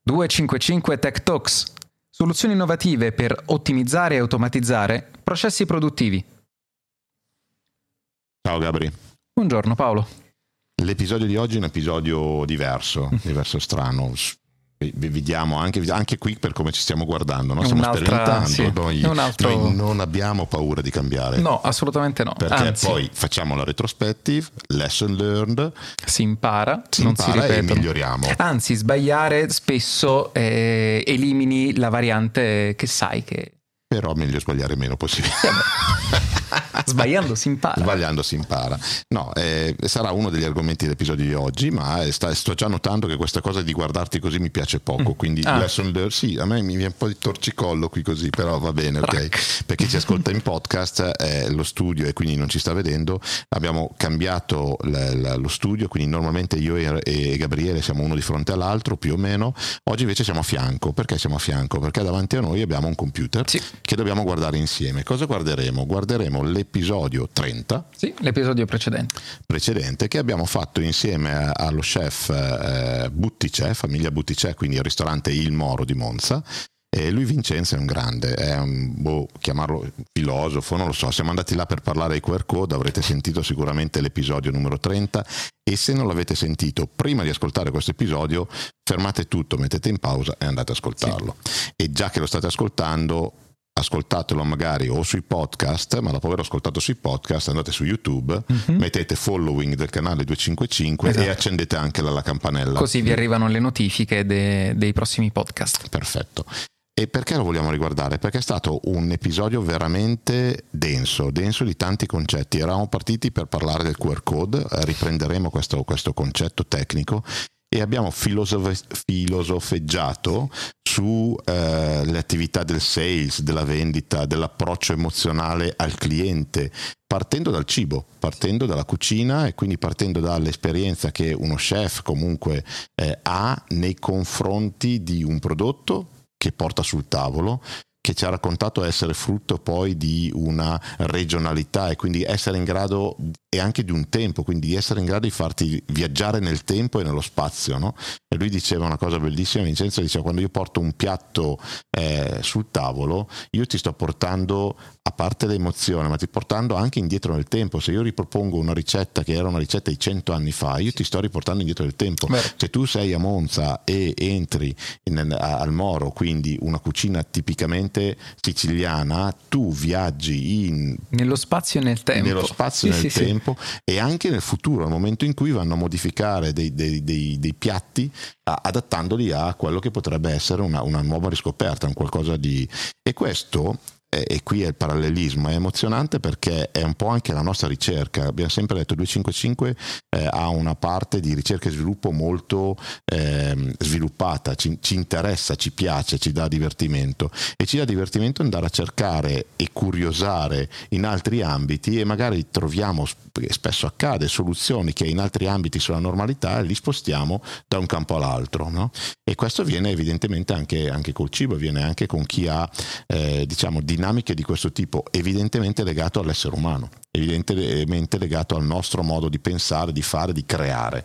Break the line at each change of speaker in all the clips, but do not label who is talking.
255 Tech Talks, soluzioni innovative per ottimizzare e automatizzare processi produttivi.
Ciao Gabri.
Buongiorno Paolo.
L'episodio di oggi è un episodio diverso strano. Vediamo anche qui per come ci stiamo guardando, no? Stiamo sperimentando,
sì.
noi non abbiamo paura di cambiare.
No, assolutamente no.
Perché
anzi,
poi facciamo la retrospective, lesson learned,
si impara si
e miglioriamo.
Anzi, sbagliare spesso elimini la variante che sai che...
Però è meglio sbagliare meno possibile.
Sbagliando si impara.
Sbagliando si impara. No, sarà uno degli argomenti dell'episodio di oggi, ma sto già notando che questa cosa di guardarti così mi piace poco, quindi lesson learned, sì, a me mi viene un po' di torcicollo qui così, però va bene, ok. Per chi ci ascolta in podcast, lo studio e quindi non ci sta vedendo, abbiamo cambiato lo studio, quindi normalmente io e Gabriele siamo uno di fronte all'altro, più o meno. Oggi invece siamo a fianco. Perché siamo a fianco? Perché davanti a noi abbiamo un computer che dobbiamo guardare insieme. Cosa guarderemo? Guarderemo l'episodio 30.
Sì, l'episodio precedente che abbiamo fatto insieme allo chef Butticè, famiglia Butticè, quindi il ristorante Il Moro di Monza. E lui Vincenzo è un grande, è chiamarlo filosofo, non lo so. Siamo andati là per parlare ai QR code, avrete sentito sicuramente l'episodio numero 30 e se non l'avete sentito, prima di ascoltare questo episodio fermate tutto, mettete in pausa e andate ad ascoltarlo. E già che lo state ascoltando, ascoltatelo magari o sui podcast, ma dopo aver ascoltato sui podcast andate su YouTube, mettete following del canale 255 e accendete anche la campanella, così vi arrivano le notifiche dei prossimi podcast.
Perfetto. E perché lo vogliamo riguardare? Perché è stato un episodio veramente denso di tanti concetti. Eravamo partiti per parlare del QR code, riprenderemo questo concetto tecnico e abbiamo filosofeggiato su le attività del sales, della vendita, dell'approccio emozionale al cliente, partendo dal cibo, partendo dalla cucina e quindi partendo dall'esperienza che uno chef comunque ha nei confronti di un prodotto che porta sul tavolo, che ci ha raccontato essere frutto poi di una regionalità e quindi essere in grado, e anche di un tempo, quindi di essere in grado di farti viaggiare nel tempo e nello spazio, no? E lui diceva una cosa bellissima, Vincenzo diceva: quando io porto un piatto sul tavolo, io ti sto portando, a parte l'emozione, ma ti portando anche indietro nel tempo. Se io ripropongo una ricetta che era una ricetta di 100 anni fa, io ti sto riportando indietro nel tempo. Se tu sei a Monza e entri al Moro, quindi una cucina tipicamente siciliana, tu viaggi
nello spazio e nel tempo,
tempo e anche nel futuro, al momento in cui vanno a modificare dei piatti, adattandoli a quello che potrebbe essere una nuova riscoperta, un qualcosa di... E questo, e qui è il parallelismo, è emozionante perché è un po' anche la nostra ricerca. Abbiamo sempre detto 255 ha una parte di ricerca e sviluppo molto sviluppata, ci interessa, ci piace, ci dà divertimento e ci dà divertimento andare a cercare e curiosare in altri ambiti e magari troviamo, spesso accade, soluzioni che in altri ambiti sono la normalità e li spostiamo da un campo all'altro, no? E questo viene evidentemente anche col cibo, viene anche con chi ha dinamiche di questo tipo, evidentemente legato all'essere umano, evidentemente legato al nostro modo di pensare, di fare, di creare,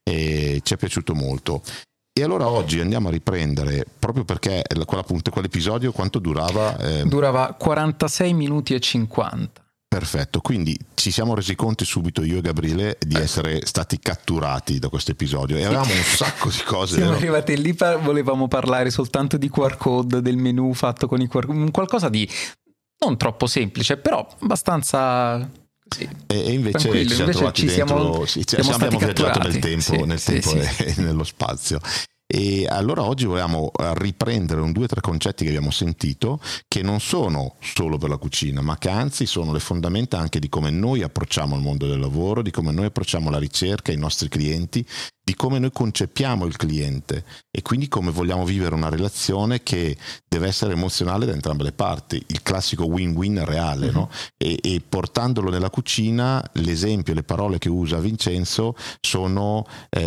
e ci è piaciuto molto. E allora oggi andiamo a riprendere, proprio perché quell'episodio quanto durava?
Durava 46 minuti e 50.
Perfetto, quindi ci siamo resi conto subito, io e Gabriele, di essere stati catturati da questo episodio e avevamo un sacco di cose.
Siamo arrivati lì, volevamo parlare soltanto di QR code, del menu fatto con i QR code, qualcosa di non troppo semplice, però abbastanza... Sì.
E invece ci siamo trovati dentro, abbiamo viaggiato nel tempo e nello spazio. E allora oggi volevamo riprendere 2 o 3 concetti che abbiamo sentito, che non sono solo per la cucina, ma che anzi sono le fondamenta anche di come noi approcciamo il mondo del lavoro, di come noi approcciamo la ricerca, i nostri clienti, di come noi concepiamo il cliente e quindi come vogliamo vivere una relazione che deve essere emozionale da entrambe le parti, il classico win-win reale, no? E portandolo nella cucina, l'esempio, le parole che usa Vincenzo sono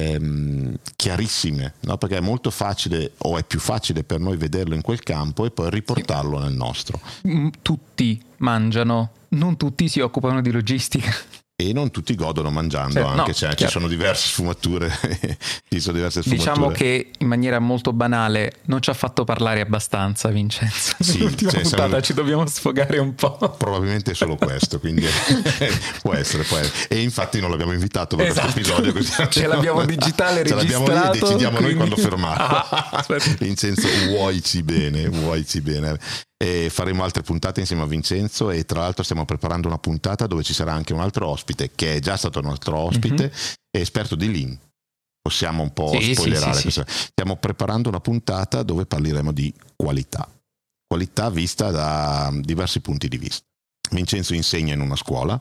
chiarissime, no? Perché è molto facile, o è più facile per noi vederlo in quel campo e poi riportarlo nel nostro.
Tutti mangiano, non tutti si occupano di logistica. e non tutti godono mangiando, anche ci sono diverse sfumature.
Diciamo che in maniera molto banale non ci ha fatto parlare abbastanza Vincenzo.
Sì,
l'ultima puntata ci dobbiamo sfogare un po'.
Probabilmente è solo questo, quindi può essere. E infatti non l'abbiamo invitato per questo episodio, così
ce l'abbiamo digitale registrato,
ce l'abbiamo lì e decidiamo
quindi...
noi quando fermarlo. Vincenzo, vuoici bene. E faremo altre puntate insieme a Vincenzo, e tra l'altro stiamo preparando una puntata dove ci sarà anche un altro ospite che è già stato un nostro ospite, è esperto di Lean. Possiamo un po' spoilerare questo. Stiamo preparando una puntata dove parleremo di qualità vista da diversi punti di vista. Vincenzo insegna in una scuola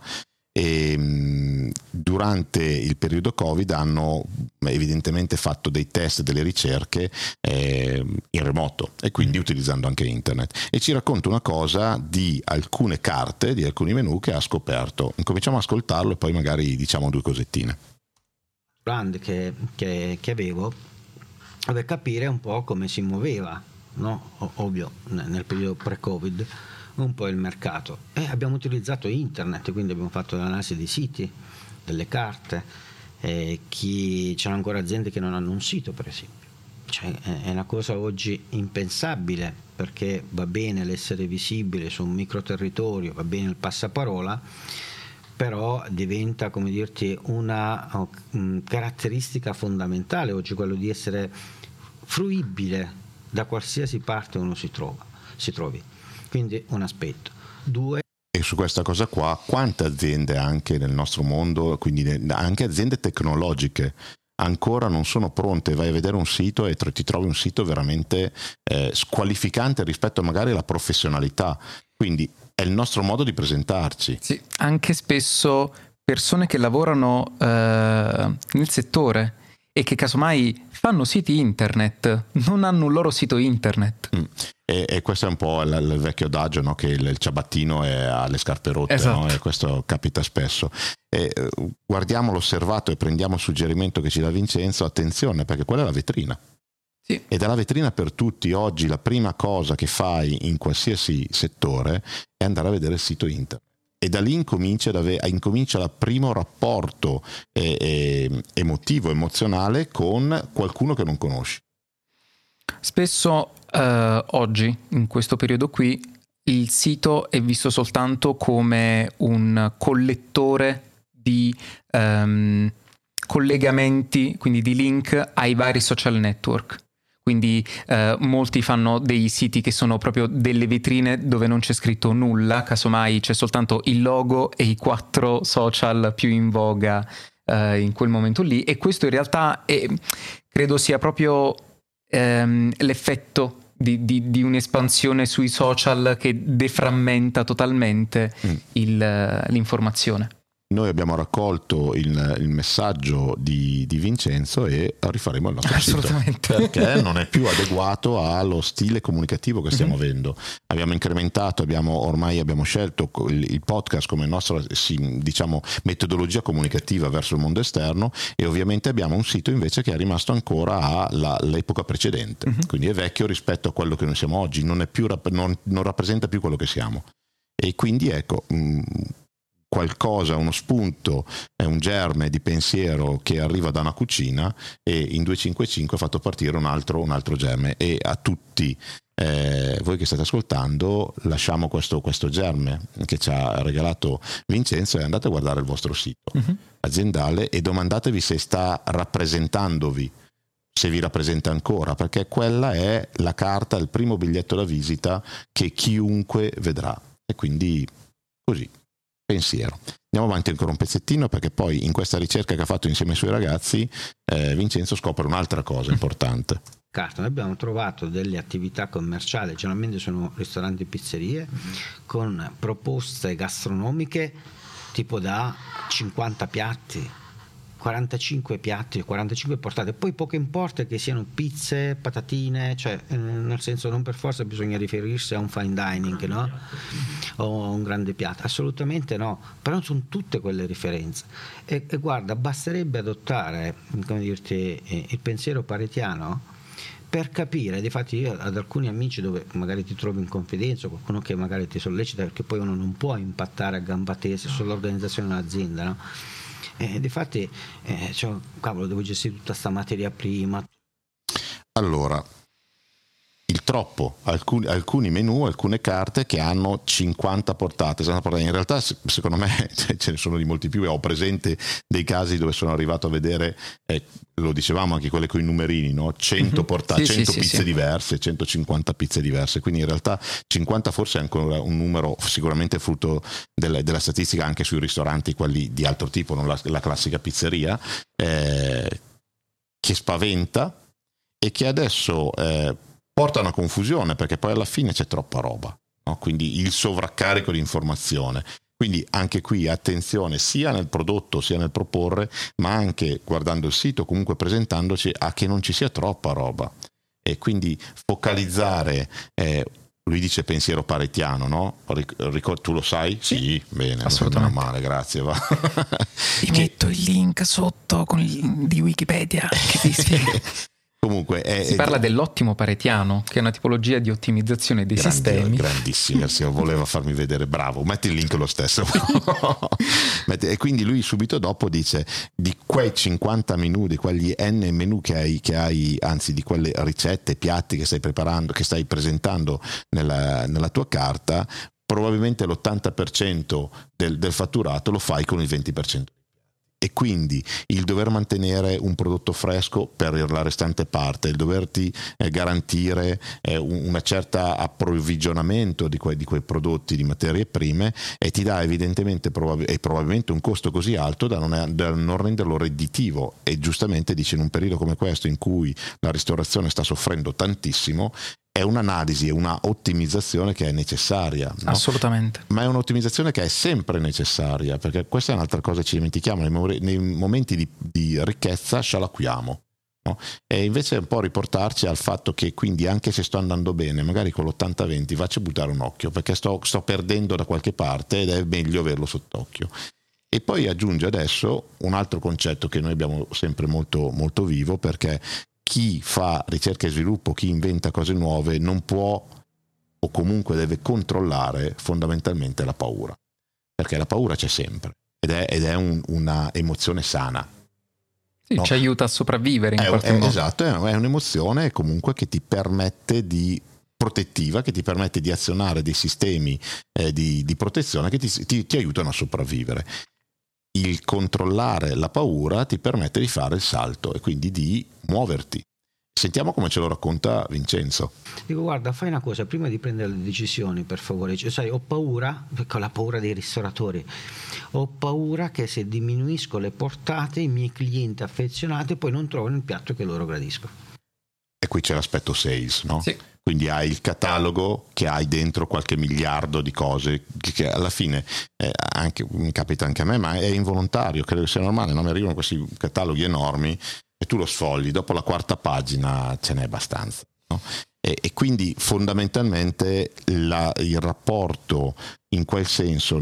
e durante il periodo Covid hanno evidentemente fatto dei test, delle ricerche in remoto, e quindi utilizzando anche internet, e ci racconta una cosa di alcune carte, di alcuni menu che ha scoperto. Incominciamo ad ascoltarlo e poi magari diciamo due cosettine.
Brand che avevo per capire un po' come si muoveva, no? Ovvio, nel periodo pre-Covid un po' il mercato, e abbiamo utilizzato internet, quindi abbiamo fatto l'analisi dei siti, delle carte, c'erano ancora aziende che non hanno un sito, per esempio, cioè, è una cosa oggi impensabile, perché va bene l'essere visibile su un micro territorio, va bene il passaparola, però diventa, come dirti, una caratteristica fondamentale oggi, quello di essere fruibile da qualsiasi parte uno si trovi. Quindi un aspetto. Due.
E su questa cosa qua, quante aziende anche nel nostro mondo, quindi anche aziende tecnologiche, ancora non sono pronte? Vai a vedere un sito e ti trovi un sito veramente squalificante rispetto magari alla professionalità. Quindi è il nostro modo di presentarci.
Sì, anche spesso persone che lavorano nel settore e che casomai fanno siti internet, non hanno un loro sito internet.
E questo è un po' il vecchio adagio, no? Che il ciabattino ha le scarpe rotte,
esatto.
No? E questo capita spesso. Guardiamo l'osservato e prendiamo il suggerimento che ci dà Vincenzo. Attenzione, perché quella è la vetrina.
Sì.
Ed è la vetrina per tutti. Oggi la prima cosa che fai in qualsiasi settore è andare a vedere il sito internet. E da lì incomincia il primo rapporto emotivo, emozionale con qualcuno che non conosci.
Spesso oggi, in questo periodo qui, il sito è visto soltanto come un collettore di collegamenti, quindi di link ai vari social network. Quindi molti fanno dei siti che sono proprio delle vetrine dove non c'è scritto nulla, casomai c'è soltanto il logo e i 4 social più in voga in quel momento lì, e questo in realtà credo sia proprio l'effetto di un'espansione sui social che deframmenta totalmente l'informazione.
Noi abbiamo raccolto il messaggio di Vincenzo e rifaremo il nostro sito, perché non è più adeguato allo stile comunicativo che stiamo avendo. Abbiamo incrementato, ormai abbiamo scelto il podcast come nostra, diciamo, metodologia comunicativa verso il mondo esterno, e ovviamente abbiamo un sito invece che è rimasto ancora all'epoca precedente, quindi è vecchio rispetto a quello che noi siamo oggi, non rappresenta più quello che siamo, e quindi ecco, qualcosa, uno spunto, un germe di pensiero che arriva da una cucina, e in 255 ha fatto partire un altro germe, e a tutti voi che state ascoltando lasciamo questo germe che ci ha regalato Vincenzo, e andate a guardare il vostro sito aziendale e domandatevi se sta rappresentandovi, se vi rappresenta ancora, perché quella è la carta, il primo biglietto da visita che chiunque vedrà. E quindi così, pensiero. Andiamo avanti ancora un pezzettino, perché poi in questa ricerca che ha fatto insieme ai suoi ragazzi Vincenzo scopre un'altra cosa importante.
Noi abbiamo trovato delle attività commerciali, generalmente sono ristoranti e pizzerie, con proposte gastronomiche tipo da 50 piatti, 45 piatti, 45 portate, poi poco importa che siano pizze, patatine, cioè nel senso non per forza bisogna riferirsi a un fine dining, no? O a un grande piatto, assolutamente no, però sono tutte quelle referenze, e guarda, basterebbe adottare, come dirti, il pensiero paretiano per capire. Difatti io ad alcuni amici dove magari ti trovi in confidenza, qualcuno che magari ti sollecita, perché poi uno non può impattare a gamba tesa sull'organizzazione dell'azienda, no? Difatti cioè, cavolo, devo gestire tutta sta materia prima.
Allora, il troppo, alcuni menu, alcune carte che hanno 50 portate. In realtà secondo me ce ne sono di molti più, e ho presente dei casi dove sono arrivato a vedere, lo dicevamo anche quelle con i numerini, no? 100 portate, 100 pizze diverse, 150 pizze diverse, quindi in realtà 50 forse è ancora un numero sicuramente frutto della statistica anche sui ristoranti, quelli di altro tipo, non la classica pizzeria, che spaventa e che adesso porta a una confusione, perché poi alla fine c'è troppa roba, no? Quindi il sovraccarico di informazione. Quindi anche qui attenzione sia nel prodotto sia nel proporre, ma anche guardando il sito, comunque presentandoci, a che non ci sia troppa roba. E quindi focalizzare, lui dice pensiero paretiano, no? Tu lo sai? Sì, bene, assolutamente. Male, grazie. Va.
Ti metto il link sotto di Wikipedia che ti spiega.
Comunque
si parla dell'ottimo paretiano, che è una tipologia di ottimizzazione dei sistemi.
Grandissimo, voleva farmi vedere, bravo, metti il link lo stesso. E quindi lui subito dopo dice di quei 50 menu, di quegli N menu che hai, anzi di quelle ricette, piatti che stai preparando, che stai presentando nella tua carta, probabilmente l'80% del fatturato lo fai con il 20%. E quindi il dover mantenere un prodotto fresco per la restante parte, il doverti garantire una certa approvvigionamento di quei prodotti di materie prime, e ti dà evidentemente probabilmente un costo così alto da non renderlo redditivo. E giustamente dice, in un periodo come questo in cui la ristorazione sta soffrendo tantissimo, è un'analisi e una ottimizzazione che è necessaria, no?
Assolutamente.
Ma è un'ottimizzazione che è sempre necessaria, perché questa è un'altra cosa che ci dimentichiamo: nei momenti di ricchezza scialacquiamo, no? E invece un po' riportarci al fatto che quindi anche se sto andando bene, magari con l'80-20 faccio buttare un occhio, perché sto perdendo da qualche parte ed è meglio averlo sott'occhio. E poi aggiunge adesso un altro concetto che noi abbiamo sempre molto, molto vivo, perché chi fa ricerca e sviluppo, chi inventa cose nuove, non può, o comunque deve controllare fondamentalmente la paura, perché la paura c'è sempre ed è una emozione sana.
Sì, no? Ci aiuta a sopravvivere in qualche modo.
Esatto, è un'emozione comunque che ti permette protettiva, che ti permette di azionare dei sistemi di protezione che ti aiutano a sopravvivere. Il controllare la paura ti permette di fare il salto e quindi di muoverti. Sentiamo come ce lo racconta Vincenzo.
Dico, guarda, fai una cosa, prima di prendere le decisioni, per favore, cioè, sai, ho paura, perché ho la paura dei ristoratori, ho paura che se diminuisco le portate i miei clienti affezionati poi non trovano il piatto che loro gradiscono.
E qui c'è l'aspetto sales, no?
Sì.
Quindi hai il catalogo che hai dentro qualche miliardo di cose che alla fine mi capita anche a me, ma è involontario, credo sia normale, no? Mi arrivano questi cataloghi enormi e tu lo sfogli, dopo la quarta pagina ce n'è abbastanza, no? E quindi fondamentalmente il rapporto in quel senso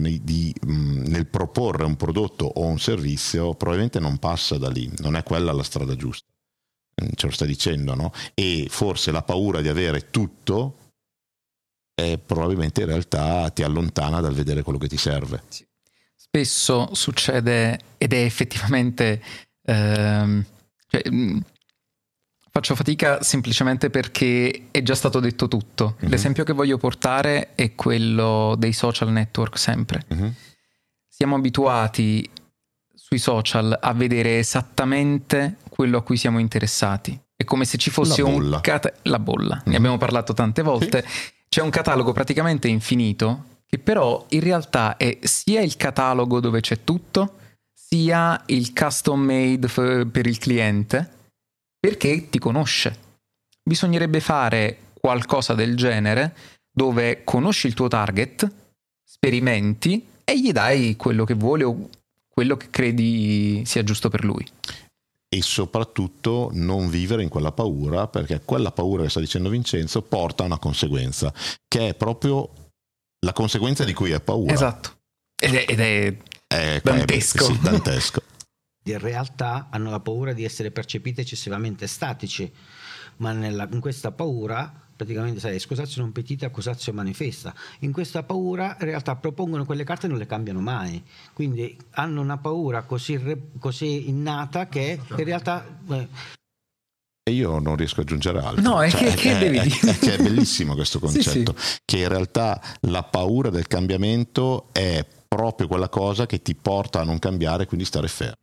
nel proporre un prodotto o un servizio probabilmente non passa da lì, non è quella la strada giusta. Ce lo sta dicendo, no? E forse la paura di avere tutto probabilmente in realtà ti allontana dal vedere quello che ti serve.
Sì. Spesso succede, ed è effettivamente faccio fatica semplicemente perché è già stato detto tutto. Mm-hmm. L'esempio che voglio portare è quello dei social network sempre. Mm-hmm. Siamo abituati sui social a vedere esattamente quello a cui siamo interessati. È come se ci fosse la bolla. Mm-hmm. Ne abbiamo parlato tante volte. Sì. C'è un catalogo praticamente infinito che però in realtà è sia il catalogo dove c'è tutto, sia il custom made per il cliente, perché ti conosce. Bisognerebbe fare qualcosa del genere dove conosci il tuo target, sperimenti e gli dai quello che vuole o quello che credi sia giusto per lui.
E soprattutto non vivere in quella paura, perché quella paura che sta dicendo Vincenzo porta a una conseguenza, che è proprio la conseguenza di cui hai paura.
Esatto. Ed è dantesco.
Sì, dantesco.
In realtà hanno la paura di essere percepiti eccessivamente statici, ma in questa paura praticamente, sai, excusatio non petita, accusatio manifesta. In questa paura in realtà propongono quelle carte e non le cambiano mai, quindi hanno una paura così innata che in realtà
e io non riesco ad aggiungere altro.
No, che devi dire?
Che è bellissimo questo concetto, sì. Che in realtà la paura del cambiamento è proprio quella cosa che ti porta a non cambiare, quindi stare fermo.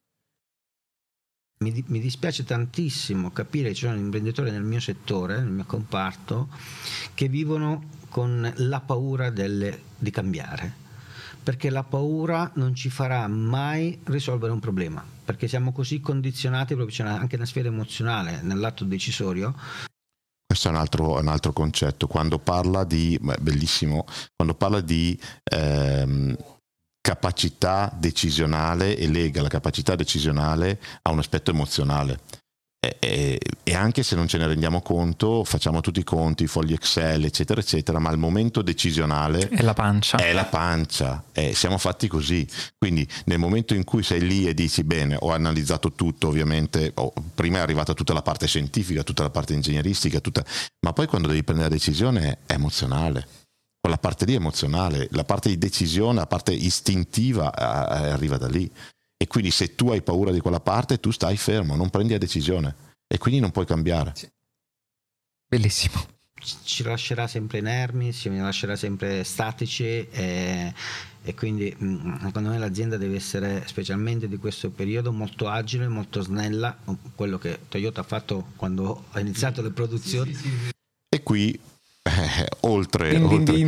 Mi dispiace tantissimo capire che ci sono imprenditori nel mio settore, nel mio comparto, che vivono con la paura di cambiare, perché la paura non ci farà mai risolvere un problema, perché siamo così condizionati proprio anche nella sfera emozionale, nell'atto decisorio.
Questo è un altro concetto, quando parla di, bellissimo, quando parla di capacità decisionale e lega la capacità decisionale a un aspetto emozionale. E anche se non ce ne rendiamo conto, facciamo tutti i conti, i fogli Excel, eccetera, eccetera, ma il momento decisionale
è la pancia.
Siamo fatti così. Quindi nel momento in cui sei lì e dici bene, ho analizzato tutto, ovviamente, prima è arrivata tutta la parte scientifica, tutta la parte ingegneristica, ma poi quando devi prendere la decisione è emozionale. Quella parte lì è emozionale, la parte di decisione, la parte istintiva arriva da lì. E quindi se tu hai paura di quella parte, tu stai fermo, non prendi la decisione e quindi non puoi cambiare.
Sì. Bellissimo.
Ci lascerà sempre inermi, ci lascerà sempre statici e quindi secondo me l'azienda deve essere, specialmente di questo periodo, molto agile, molto snella, quello che Toyota ha fatto quando ha iniziato le produzioni.
Sì.
E qui oltre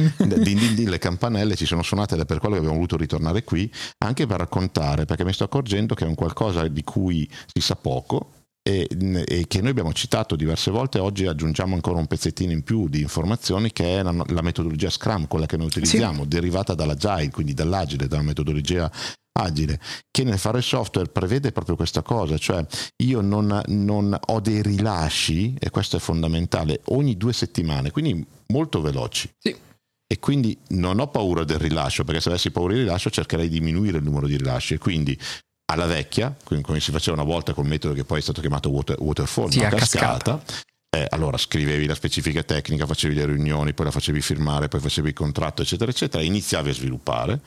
le campanelle ci sono suonate ed è per quello che abbiamo voluto ritornare qui, anche per raccontare, perché mi sto accorgendo che è un qualcosa di cui si sa poco e che noi abbiamo citato diverse volte. Oggi aggiungiamo ancora un pezzettino in più di informazioni, che è la metodologia Scrum, quella che noi utilizziamo, sì, derivata dall'Agile, quindi dall'agile, dalla metodologia agile, che nel fare software prevede proprio questa cosa, cioè io non ho dei rilasci, e questo è fondamentale, ogni 2 settimane, quindi molto veloci.
Sì.
E quindi non ho paura del rilascio, perché se avessi paura del rilascio cercherei di diminuire il numero di rilasci, e quindi alla vecchia, come si faceva una volta col metodo che poi è stato chiamato waterfall,
sì,
a cascata. Allora scrivevi la specifica tecnica, facevi le riunioni, poi la facevi firmare, poi facevi il contratto, eccetera, eccetera, iniziavi a sviluppare,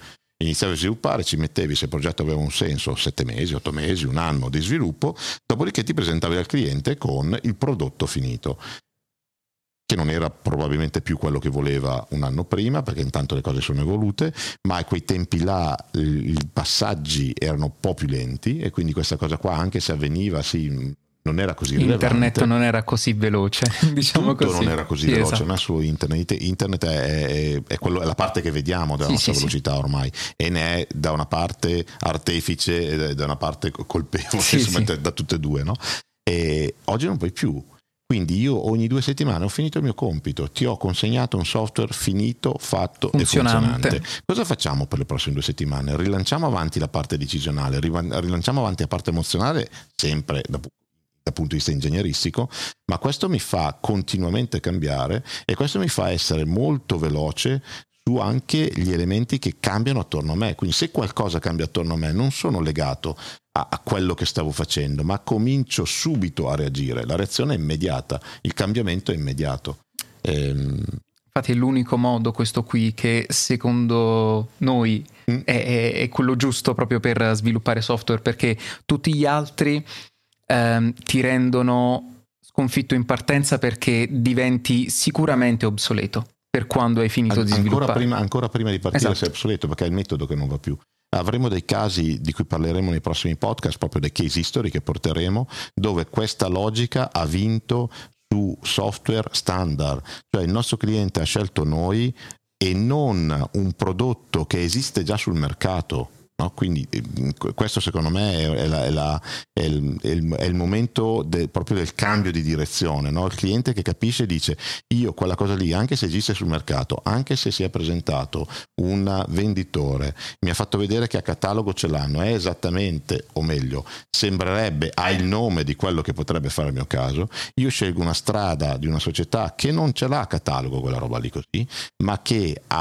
ci mettevi, se il progetto aveva un senso, 7 mesi, 8 mesi, un anno di sviluppo, dopodiché ti presentavi al cliente con il prodotto finito, che non era probabilmente più quello che voleva un anno prima, perché intanto le cose sono evolute, ma a quei tempi là i passaggi erano un po' più lenti, e quindi questa cosa qua, anche se avveniva, sì, non era così rilevante.
Internet non era così veloce, diciamo
tutto
così.
Non era così veloce, esatto. Non è solo internet è la parte che vediamo della nostra velocità ormai, e ne è da una parte artefice e da una parte colpevole, da tutte e due, no? E oggi non puoi più. Quindi io ogni 2 settimane ho finito il mio compito, ti ho consegnato un software finito, fatto e funzionante. Cosa facciamo per le prossime 2 settimane? Rilanciamo avanti la parte decisionale, rilanciamo avanti la parte emozionale, sempre dal punto di vista ingegneristico, ma questo mi fa continuamente cambiare, e questo mi fa essere molto veloce su anche gli elementi che cambiano attorno a me. Quindi se qualcosa cambia attorno a me, non sono legato a quello che stavo facendo, ma comincio subito a reagire. La reazione è immediata, il cambiamento è immediato.
Infatti è l'unico modo, questo qui, che secondo noi è quello giusto proprio per sviluppare software, perché tutti gli altri ti rendono sconfitto in partenza, perché diventi sicuramente obsoleto per quando hai finito di sviluppare.
Ancora prima di partire, esatto, sei obsoleto, perché è il metodo che non va più. Avremo dei casi di cui parleremo nei prossimi podcast, proprio dei case history che porteremo, dove questa logica ha vinto su software standard, cioè il nostro cliente ha scelto noi e non un prodotto che esiste già sul mercato. No? Quindi questo secondo me è il momento proprio del cambio di direzione, no? Il cliente che capisce e dice: io quella cosa lì, anche se esiste sul mercato, anche se si è presentato un venditore, mi ha fatto vedere che a catalogo ce l'hanno, è esattamente, o meglio, sembrerebbe, ha il nome di quello che potrebbe fare il mio caso, io scelgo una strada di una società che non ce l'ha a catalogo quella roba lì così, ma che ha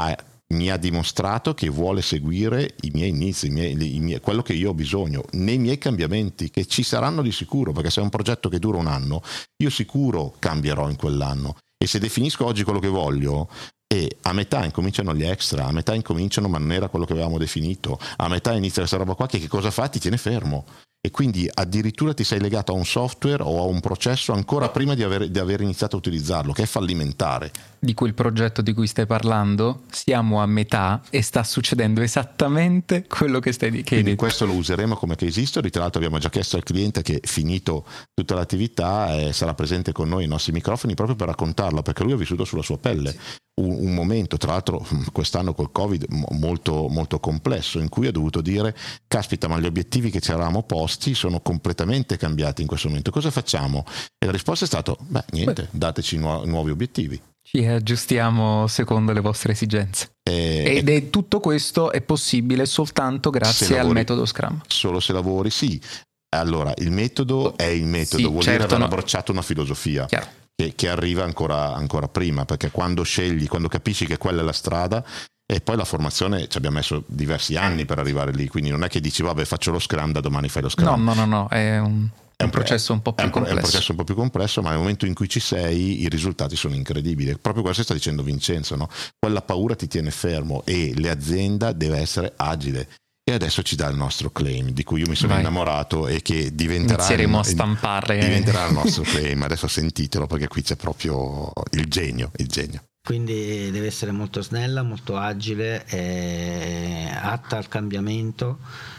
mi ha dimostrato che vuole seguire i miei inizi, quello che io ho bisogno, nei miei cambiamenti, che ci saranno di sicuro, perché se è un progetto che dura un anno, io sicuro cambierò in quell'anno. E se definisco oggi quello che voglio, e a metà incominciano gli extra, a metà incominciano ma non era quello che avevamo definito, a metà inizia questa roba qua che cosa fa? Ti tiene fermo. E quindi addirittura ti sei legato a un software o a un processo ancora prima di aver iniziato a utilizzarlo, che è fallimentare.
Di quel progetto di cui stai parlando, siamo a metà e sta succedendo esattamente quello che stai dicendo.
Quindi questo lo useremo come case history. Tra l'altro abbiamo già chiesto al cliente che, finito tutta l'attività, sarà presente con noi ai nostri microfoni proprio per raccontarlo, perché lui ha vissuto sulla sua pelle un momento, tra l'altro quest'anno col Covid, molto, molto complesso, in cui ha dovuto dire: caspita, ma gli obiettivi che ci eravamo posti sono completamente cambiati in questo momento, cosa facciamo? E la risposta è stata: niente, dateci nuovi obiettivi.
Ci aggiustiamo secondo le vostre esigenze. Ed tutto questo è possibile soltanto grazie al metodo Scrum.
Solo se lavori, sì. Allora, il metodo è il metodo, vuol dire aver abbracciato una filosofia.
Chiaro.
Che arriva ancora prima, perché quando capisci che quella è la strada, e poi la formazione ci abbiamo messo diversi anni per arrivare lì, quindi non è che dici vabbè faccio lo Scrum, da domani fai lo Scrum.
No, è un processo un po' più complesso.
È un processo un po' più complesso, ma nel momento in cui ci sei i risultati sono incredibili. Proprio questo sta dicendo Vincenzo, no? Quella paura ti tiene fermo e l'azienda deve essere agile. E adesso ci dà il nostro claim, di cui io mi sono innamorato e che
inizieremo a stampare.
Diventerà il nostro claim. Adesso sentitelo, perché qui c'è proprio il genio.
Quindi deve essere molto snella, molto agile, atta al cambiamento.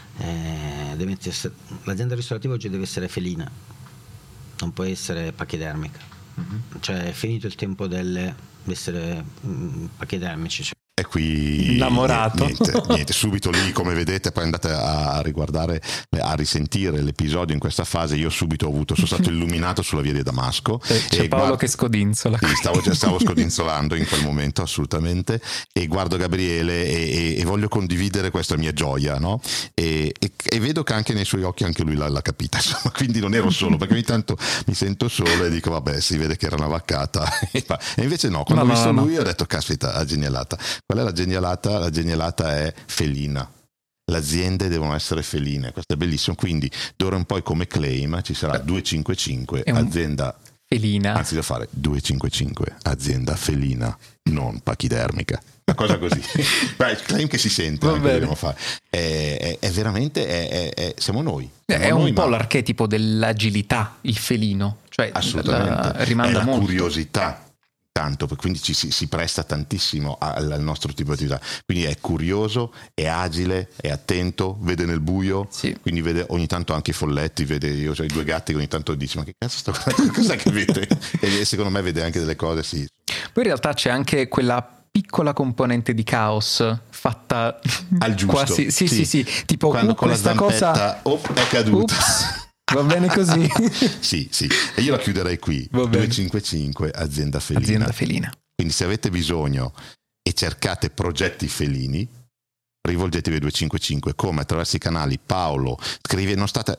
L'azienda ristorativa oggi deve essere felina, non può essere pachidermica. Cioè è finito il tempo di essere pachidermici.
E qui
innamorato.
Niente, subito lì, come vedete, poi andate a riguardare, a risentire l'episodio in questa fase. Io subito sono stato illuminato sulla via di Damasco.
C'è Paolo che scodinzola.
Sì, stavo scodinzolando in quel momento, assolutamente. E guardo Gabriele e voglio condividere questa mia gioia, no? E vedo che anche nei suoi occhi anche lui l'ha capita, insomma, quindi non ero solo, perché ogni tanto mi sento solo e dico vabbè, si vede che era una vaccata. E invece no, quando ho visto lui ho detto caspita, ha genialata. Qual è la genialata? La genialata è felina. Le aziende devono essere feline, questo è bellissimo. Quindi d'ora in poi come claim ci sarà 255 azienda felina. Anzi, devo fare 255 azienda felina, non pachidermica. Una cosa così. Il claim che si sente, che dobbiamo fare. È veramente siamo noi.
È un po' l'archetipo dell'agilità, il felino, cioè
assolutamente.
Rimanda
è la
molto.
Curiosità. Tanto, quindi si presta tantissimo al nostro tipo di attività. Quindi è curioso, è agile, è attento, vede nel buio, quindi vede ogni tanto anche i folletti, io ho i due gatti che ogni tanto dici ma che cazzo sto guardando, cosa che vede? E secondo me vede anche delle cose, sì.
Poi in realtà c'è anche quella piccola componente di caos fatta
al giusto.
Quasi, sì, tipo
quando con
questa
la zampetta, cosa è caduta.
Va bene così?
Sì, e io la chiuderei qui. 255 azienda felina. Quindi se avete bisogno e cercate progetti felini, rivolgetevi a 255, come attraverso i canali Paolo scrive,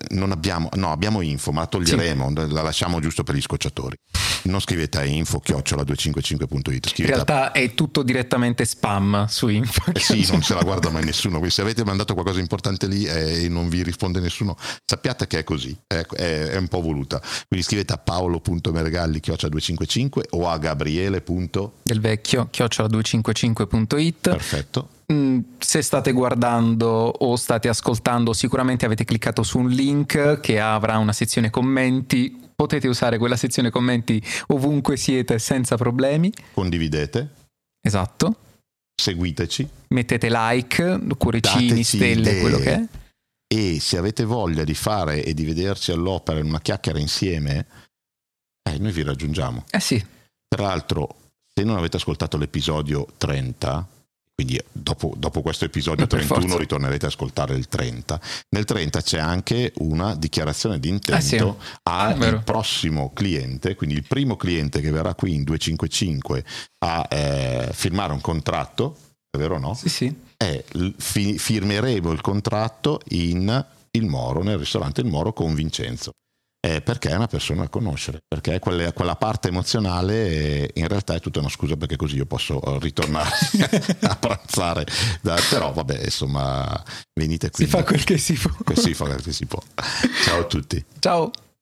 abbiamo info, ma la toglieremo, la lasciamo giusto per gli scocciatori. Non scrivete a info@255.it.
In realtà è tutto direttamente spam su info.
Sì, non se la guarda mai nessuno. Quindi se avete mandato qualcosa di importante lì e non vi risponde nessuno, sappiate che è così, è un po' voluta. Quindi scrivete a paolo.mergalli@255 o a gabriele.delvecchio@255.it. Perfetto.
Se state guardando o state ascoltando, sicuramente avete cliccato su un link che avrà una sezione commenti. Potete usare quella sezione commenti ovunque siete senza problemi.
Condividete.
Esatto.
Seguiteci.
Mettete like, cuoricini,
dateci
stelle,
idee.
quello che è.
E se avete voglia di fare e di vederci all'opera in una chiacchiera insieme, noi vi raggiungiamo.
Sì.
Tra l'altro, se non avete ascoltato l'episodio 30, quindi dopo questo episodio 31 ritornerete ad ascoltare il 30. Nel 30 c'è anche una dichiarazione di intento al prossimo cliente, quindi il primo cliente che verrà qui in 255 a firmare un contratto, è vero o no?
Sì.
Firmeremo il contratto in Il Moro, nel ristorante Il Moro con Vincenzo. perché è una persona da conoscere, perché quella parte emozionale in realtà è tutta una scusa, perché così io posso ritornare a pranzare, però vabbè, insomma, venite qui.
Si fa quel che si può.
Si fa quel che si può. Ciao a tutti.
Ciao.